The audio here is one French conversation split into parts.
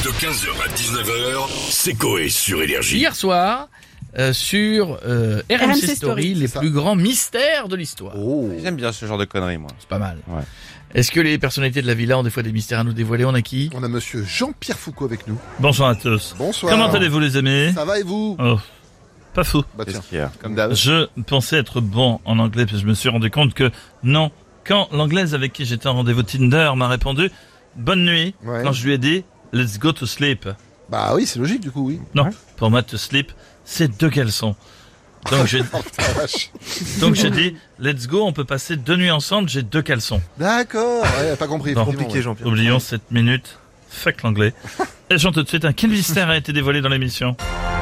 De 15h à 19h, c'est Coé sur Énergie. Hier soir, sur RMC Story, les plus grands mystères de l'histoire. Oh. J'aime bien ce genre de conneries, moi. C'est pas mal. Ouais. Est-ce que les personnalités de la villa ont des fois des mystères à nous dévoiler? On a qui? On a monsieur Jean-Pierre Foucault avec nous. Bonjour à tous. Bonsoir. Comment allez-vous les amis? Ça va et vous? Oh, pas fou. Bah tiens, Qu'est-ce qu'il y a comme d'hab. Je pensais être bon en anglais, puis je me suis rendu compte que non. Quand l'anglaise avec qui j'étais en rendez-vous Tinder m'a répondu « Bonne nuit Ouais. quand je lui ai dit « Let's go to sleep ». Bah oui, c'est logique du coup, oui. Non, pour moi, to sleep, c'est deux caleçons. Donc j'ai Oh, putain, la vache. dit « Let's go, on peut passer 2 nuits ensemble, j'ai 2 caleçons D'accord, ouais, pas compris. Non. effectivement, ouais. Jean-Pierre. » Oublions cette minute. Fuck l'anglais. Et j'en tout de suite, quel mystère a été dévoilé dans l'émission?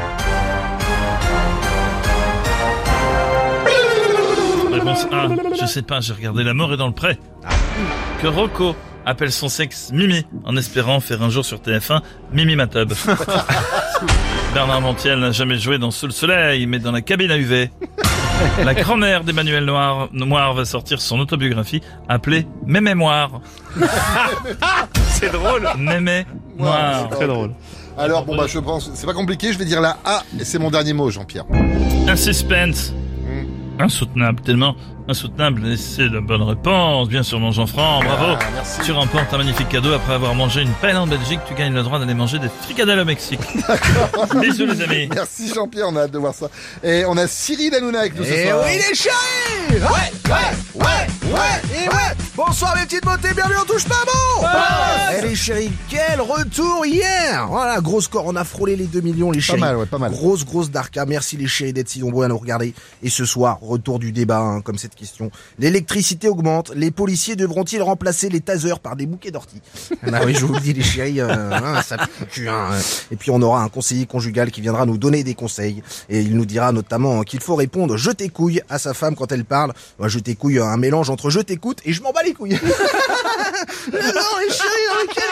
Réponse A. Je sais pas, j'ai regardé La mort est dans le pré. Que Rocco appelle son sexe Mimi en espérant faire un jour sur TF1 Mimi Matub. Bernard Montiel n'a jamais joué dans Sous le soleil, mais dans la cabine à UV. La grand-mère d'Emmanuel Noir va sortir son autobiographie appelée Mes mémoires. C'est drôle. Mes mémoires. Très drôle. Alors bon bah je pense, c'est pas compliqué, je vais dire la A et c'est mon dernier mot, Jean-Pierre. Un suspense. Insoutenable, tellement insoutenable. Et c'est la bonne réponse, bien sûr, mon Jean-Franc, bravo. Ah, merci. Tu remportes un magnifique cadeau après avoir mangé une pelle en Belgique. Tu gagnes le droit d'aller manger des fricadelles au Mexique. Bisous les amis. Merci Jean-Pierre, on a hâte de voir ça. Et on a Cyril Hanouna avec nous ce Et soir. oui les chéris. Ouais. Bonsoir les petites beautés, bienvenue on touche pas bon. Eh les chéris, quel retour hier. Voilà, gros score, on a frôlé les 2 millions les chéris. mal, ouais, pas mal. Grosse Darka, merci les chéris d'être si nombreux à nous regarder. Et ce soir, retour du débat, comme cette question. L'électricité augmente, les policiers devront-ils remplacer les tasers par des bouquets d'orties? Ah oui, je vous le dis les chéris, ça pue le cul, hein. Et puis on aura un conseiller conjugal qui viendra nous donner des conseils. Et il nous dira notamment qu'il faut répondre je t'écouille à sa femme quand elle parle. Moi, je t'écouille, un mélange entre je t'écoute et je m'en bats les couilles. Non les chéris, dans quel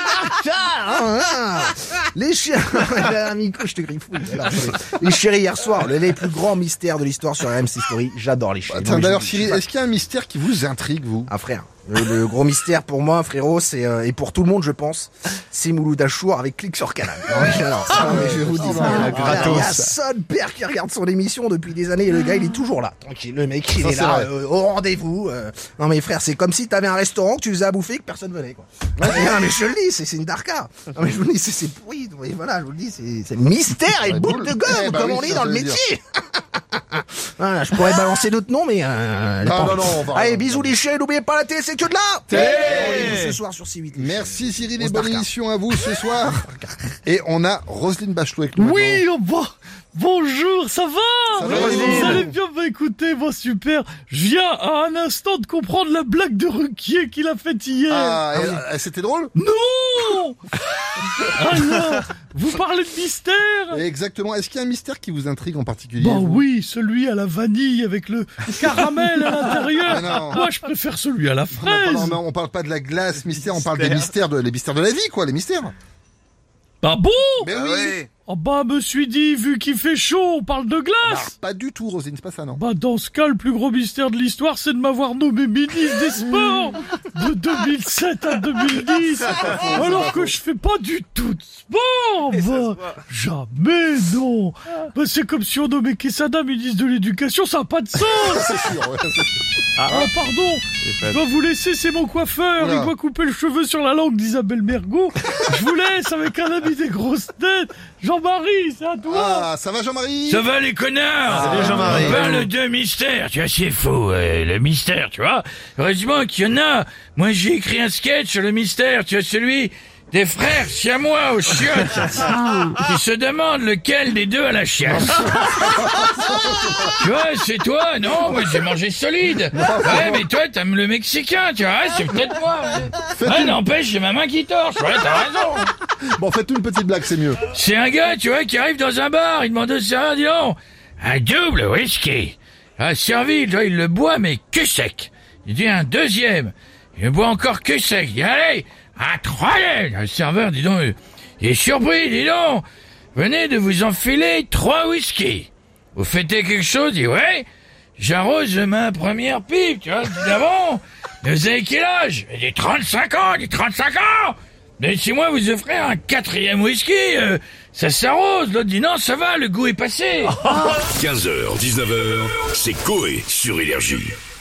Darka, les chéris, Miko, je te griffouille. Alors, les chéris hier soir, les plus grands mystères de l'histoire sur RMC Story, j'adore les chéris. Attends, Non, mais d'ailleurs je- Cyril, est-ce qu'il y a un mystère qui vous intrigue vous? Ah frère, le gros mystère pour moi, frérot, c'est et pour tout le monde, je pense, c'est Mouloud Achour avec Click sur Canal. Alors, ça, mais je vous dis, frère, il y a Son Père qui regarde son émission depuis des années et le gars, il est toujours là. Tranquille, le mec, il Ça, est c'est là, vrai. au rendez-vous. Non mais frère, c'est comme si t'avais un restaurant que tu faisais à bouffer et que personne venait, quoi. Non mais je le dis, c'est une Darka. Non mais je vous le dis, c'est pourri. Et voilà, je vous le dis, c'est le mystère et Ouais, boule boule. de gomme, Eh bah comme oui, on dit ça, dans le j'allais dire. métier. Voilà, je pourrais balancer d'autres noms, mais Non, on va. allez, bisous les chiens, n'oubliez pas la télé, c'est que de là. Rendez-vous ce soir sur C8. Merci Cyril et On se bonne Darka. émission à vous ce soir. Et on a Roselyne Bachelot avec nous. Oui, bonjour, ça va? Ça va, Roselyne? Vous allez bien? Bah écoutez, moi super. Je viens à un instant de comprendre la blague de Ruquier qu'il a faite hier. Ah, c'était drôle? Non. Alors, vous parlez de mystère? Exactement. Est-ce qu'il y a un mystère qui vous intrigue en particulier? Bah vous oui, celui à la vanille avec le caramel à l'intérieur. Ah non. Moi, je préfère celui à la Non, fraise. non, on parle pas de la glace mystère, on parle des mystères les mystères de la vie, quoi, les mystères. Bah bon? Mais oui. Oh bah, me suis dit, vu qu'il fait chaud, on parle de Bah, glace. pas du tout, Roselyne, c'est pas ça, non. Bah dans ce cas, le plus gros mystère de l'histoire, c'est de m'avoir nommé ministre des Sports de 2007 à 2010, alors que je fais pas du tout de sport. Bah, jamais, non. Bah c'est comme si on nommait Quesada ministre de l'Éducation, ça a pas de sens. C'est sûr, ouais, c'est sûr. Oh pardon, je dois vous laisser, c'est mon coiffeur, Oula. il doit couper le cheveu sur la langue d'Isabelle Mergo. Je vous laisse avec un ami des grosses têtes, Jean-Marie, c'est à toi. Ah, ça va Jean-Marie? Ça va les connards? Salut, Jean-Marie. On parle de mystère, tu vois, c'est faux, le mystère, tu vois. Heureusement qu'il y en a. Moi, j'ai écrit un sketch sur le mystère, tu vois, celui des frères siamois aux chiottes qui se demandent lequel des deux a la chiasse. Tu vois, c'est toi, non? Moi, j'ai mangé solide. Ouais, mais toi, t'aimes le mexicain, tu vois, c'est peut-être moi. Ouais, n'empêche, j'ai ma main qui torche, ouais, t'as raison. Bon, faites une petite blague, c'est mieux. C'est un gars, tu vois, qui arrive dans un bar, il demande au serveur, dis donc, un double whisky. Un servi, tu vois, il le boit, mais que sec. Il dit un deuxième. Il le boit encore que sec. Il dit, allez, un troisième. Le serveur, dis donc, il est surpris, dis donc. Venez de vous enfiler 3 whisky. Vous fêtez quelque chose? Il dit, ouais, j'arrose ma première pipe, tu vois. Je dis, ah bon? Mais vous avez quel âge? Il dit, 35 ans. Il dit, 35 ans? laissez-moi vous offrir un 4e whisky. Ça s'arrose. L'autre dit non, ça va, le goût est passé. 15h, 19h, c'est Coé sur Énergie.